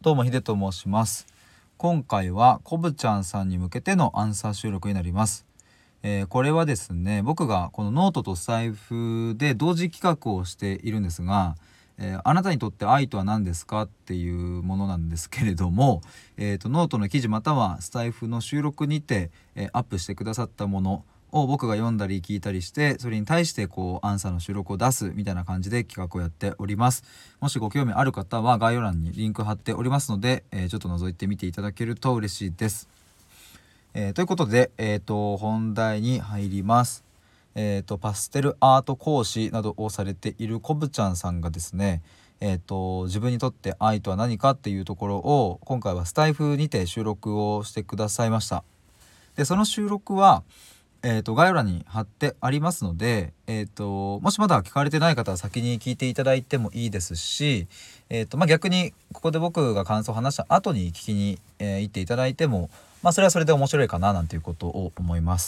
どうもヒデと申します。今回はコブちゃんさんに向けてのアンサー収録になります。これはですね、僕がこのノートとスタイフで同時企画をしているんですが、あなたにとって愛とは何ですかっていうものなんですけれども、ノートの記事またはスタイフの収録にて、アップしてくださったものを僕が読んだり聞いたりして、それに対してアンサーの収録を出すみたいな感じで企画をやっております。もしご興味ある方は概要欄にリンク貼っておりますので、ちょっと覗いてみていただけると嬉しいです。ということで、本題に入ります。パステルアート講師などをされているコブちゃんさんがですね、自分にとって愛とは何かっていうところを今回はスタイフにて収録をしてくださいました。でその収録は概要欄に貼ってありますので、もしまだ聞かれてない方は先に聞いていただいてもいいですし、逆にここで僕が感想を話した後に聞きに、行っていただいても、それはそれで面白いかななんていうことを思います。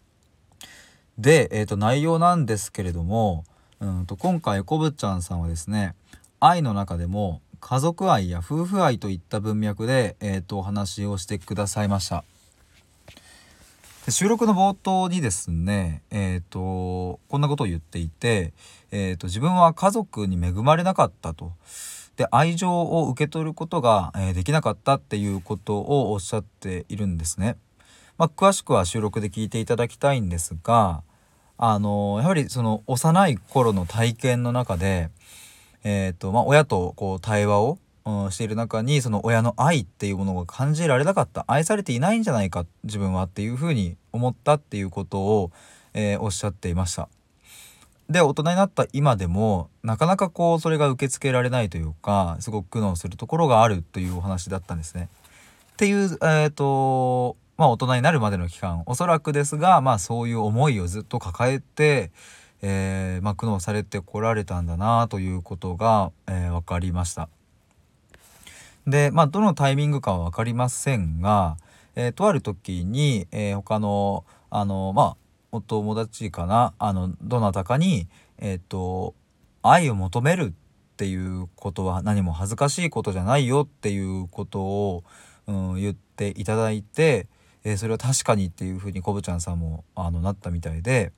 で、内容なんですけれども、今回コブちゃんさんはですね、愛の中でも家族愛や夫婦愛といった文脈で、お話をしてくださいました。で収録の冒頭にですね、こんなことを言っていて、自分は家族に恵まれなかったと。で愛情を受け取ることが、できなかったっていうことをおっしゃっているんですね。詳しくは収録で聞いていただきたいんですが、やはりその幼い頃の体験の中で、親と対話を、している中にその親の愛っていうものが感じられなかった、愛されていないんじゃないか自分はっていうふうに思ったっていうことを、おっしゃっていました。で大人になった今でもなかなかそれが受け付けられないというか、すごく苦悩するところがあるというお話だったんですね。っていう、大人になるまでの期間、おそらくですが、そういう思いをずっと抱えて、苦悩されてこられたんだなということが、分かりました。でどのタイミングかは分かりませんが、とある時に、他のお友達かな、どなたかに、愛を求めるっていうことは何も恥ずかしいことじゃないよっていうことを、言っていただいて、それは確かにっていうふうにコブちゃんさんもなったみたいで、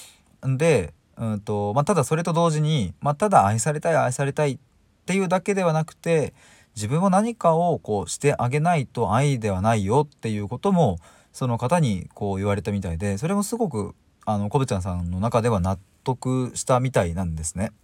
ただそれと同時に、ただ愛されたいっていうだけではなくて、自分も何かをしてあげないと愛ではないよっていうこともその方に言われたみたいで、それもすごくコブちゃんさんの中では納得したみたいなんですね。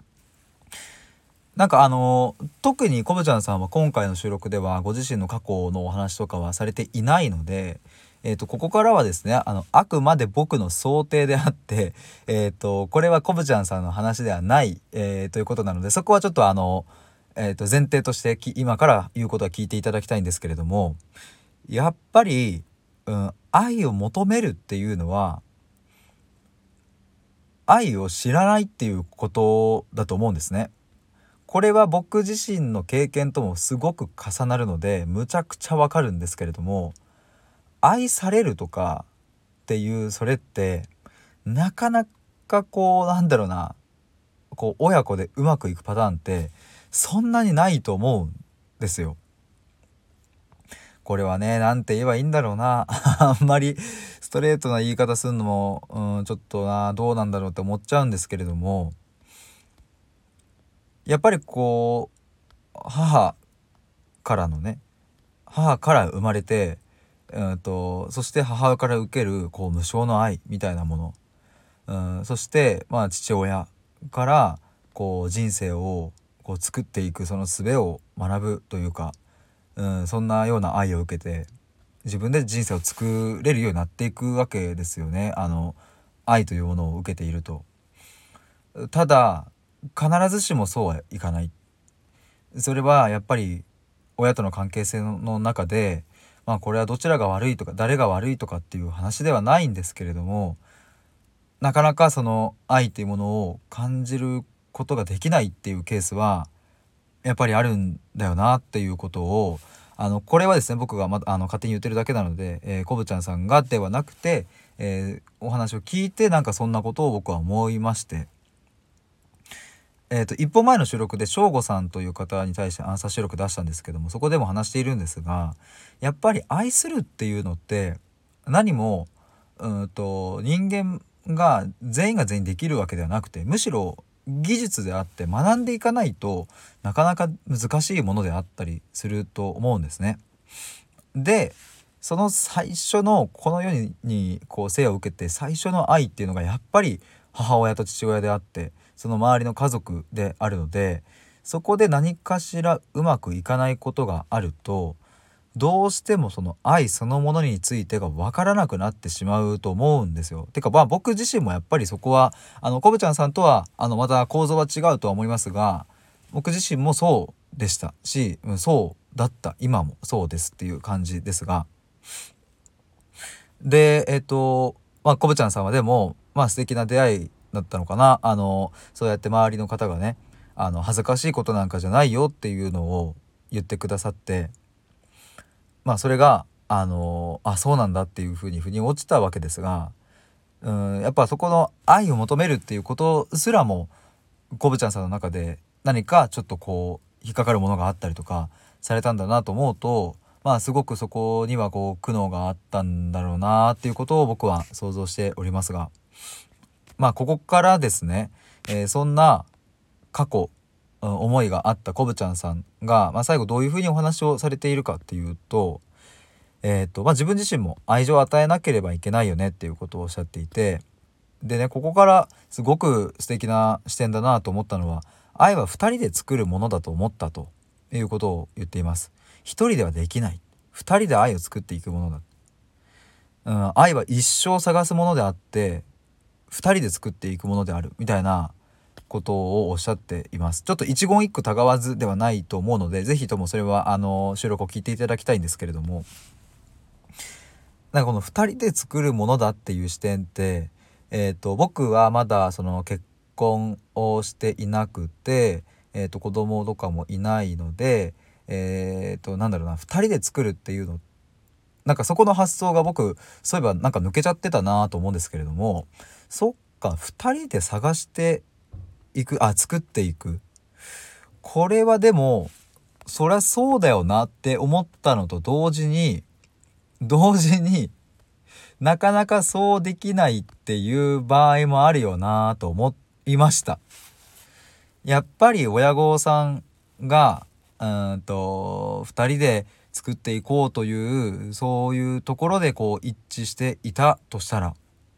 特にコブちゃんさんは今回の収録ではご自身の過去のお話とかはされていないので、ここからはですね、あくまで僕の想定であって、これはコブちゃんさんの話ではない、ということなので、そこはちょっと前提として今から言うことは聞いていただきたいんですけれども、やっぱり、愛を求めるっていうのは愛を知らないっていうことだと思うんですね。これは僕自身の経験ともすごく重なるのでむちゃくちゃわかるんですけれども、愛されるとかっていうそれってなかなか親子でうまくいくパターンってそんなにないと思うんですよ。これはね、なんて言えばいいんだろうなあんまりストレートな言い方するのも、ちょっとどうなんだろうって思っちゃうんですけれども、やっぱり母からのね、母から生まれて、そして母親から受ける無償の愛みたいなもの、そして父親から人生を作っていくその術を学ぶというか、そんなような愛を受けて自分で人生を作れるようになっていくわけですよね。愛というものを受けていると。ただ必ずしもそうはいかない。それはやっぱり親との関係性の中で、これはどちらが悪いとか誰が悪いとかっていう話ではないんですけれども、なかなかその愛っていうものを感じることができないっていうケースはやっぱりあるんだよなっていうことを、これはですね、僕が勝手に言ってるだけなので、コブちゃんさんがではなくて、お話を聞いてそんなことを僕は思いまして、 一本前の収録で翔吾さんという方に対してアンサー収録出したんですけども、そこでも話しているんですが、やっぱり愛するっていうのって何も人間が全員が全員できるわけではなくて、むしろ技術であって学んでいかないとなかなか難しいものであったりすると思うんですね。でその最初のこの世にこう生を受けて最初の愛っていうのがやっぱり母親と父親であって、その周りの家族であるので、そこで何かしらうまくいかないことがあると、どうしてもその愛そのものについてが分からなくなってしまうと思うんですよ。てか僕自身もやっぱりそこはコブちゃんさんとはまた構造は違うとは思いますが、僕自身もそうでしたし、そうだった、今もそうですっていう感じですが、でコブちゃんさんはでも素敵な出会いだったのかな。そうやって周りの方がね、恥ずかしいことなんかじゃないよっていうのを言ってくださって、それがそうなんだっていうふうに腑に落ちたわけですが、やっぱそこの愛を求めるっていうことすらもコブちゃんさんの中で何かちょっとこう引っかかるものがあったりとかされたんだなと思うと、すごくそこにはこう苦悩があったんだろうなっていうことを僕は想像しておりますが、ここからですね、そんな過去思いがあったコブちゃんさんが、最後どういうふうにお話をされているかっていうと、自分自身も愛情を与えなければいけないよねっていうことをおっしゃっていて、でね、ここからすごく素敵な視点だなと思ったのは、愛は二人で作るものだと思ったということを言っています。一人ではできない、二人で愛を作っていくものだ、愛は一生探すものであって二人で作っていくものであるみたいなことをおっしゃっています。ちょっと一言一句たがわずではないと思うので、ぜひともそれは収録を聞いていただきたいんですけれども、この二人で作るものだっていう視点って、僕はまだその結婚をしていなくて、子供とかもいないので、なんだろうな、二人で作るっていうの、そこの発想が僕そういえば抜けちゃってたなと思うんですけれども、そっか、二人で探していく、作っていく、これはでもそりゃそうだよなって思ったのと同時になかなかそうできないっていう場合もあるよなと思いました。やっぱり親御さんが二人で作っていこうというそういうところでこう一致していたとしたら、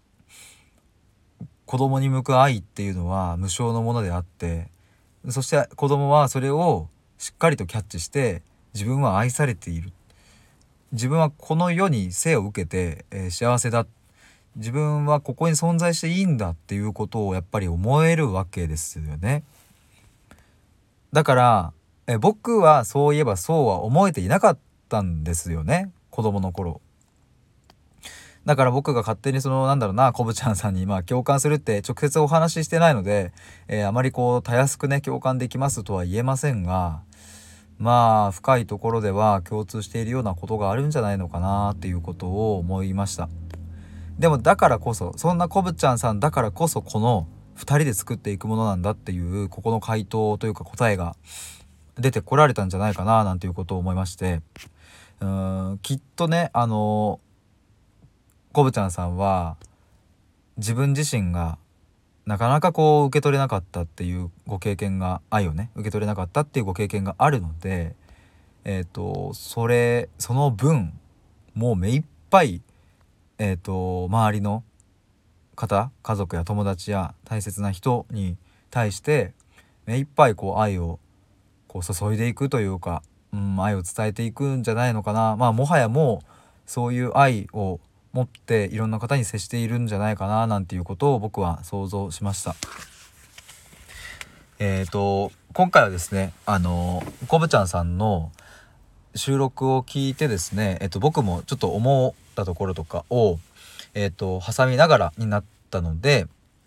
子供に向く愛っていうのは無償のものであって、そして子供はそれをしっかりとキャッチして、自分は愛されている、自分はこの世に生を受けて、幸せだ、自分はここに存在していいんだっていうことをやっぱり思えるわけですよね。だから僕はそういえばそうは思えていなかったんですよね、子供の頃。だから僕が勝手にそのコブちゃんさんに共感するって直接お話ししてないので、あまりこうたやすくね共感できますとは言えませんが、深いところでは共通しているようなことがあるんじゃないのかなっていうことを思いました。でもだからこそ、そんなコブちゃんさんだからこそ、この二人で作っていくものなんだっていうここの回答というか答えが出てこられたんじゃないかななんていうことを思いまして、きっとねコブちゃんさんは自分自身がなかなかこう受け取れなかったっていうご経験が、愛をね受け取れなかったっていうご経験があるので、その分もう目いっぱい周りの方、家族や友達や大切な人に対して目いっぱいこう愛をこう注いでいくというか、愛を伝えていくんじゃないのかな。もはやもうそういう愛を持っていろんな方に接しているんじゃないかななんていうことを僕は想像しました。今回はですねコブちゃんさんの収録を聞いてですね、僕もちょっと思ったところとかを挟みながらになったので、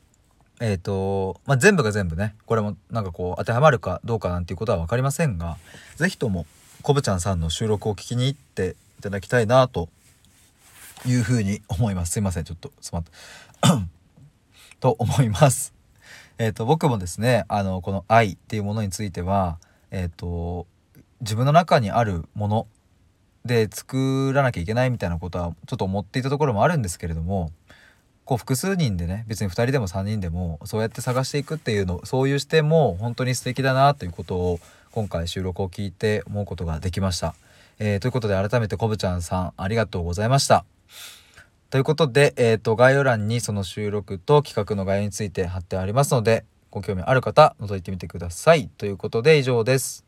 全部が全部ねこれもこう当てはまるかどうかなんていうことは分かりませんが、是非ともコブちゃんさんの収録を聞きに行っていただきたいなというふうに思います。すいません、ちょっとと思います。 僕もですねこの愛っていうものについては自分の中にあるもので作らなきゃいけないみたいなことはちょっと思っていたところもあるんですけれども、こう複数人でね、別に2人でも3人でもそうやって探していくっていうの、そういう視点も本当に素敵だなということを今回収録を聞いて思うことができました。ということで改めてこぶちゃんさんありがとうございました。ということで、概要欄にその収録と企画の概要について貼ってありますので、ご興味ある方覗いてみてください。ということで以上です。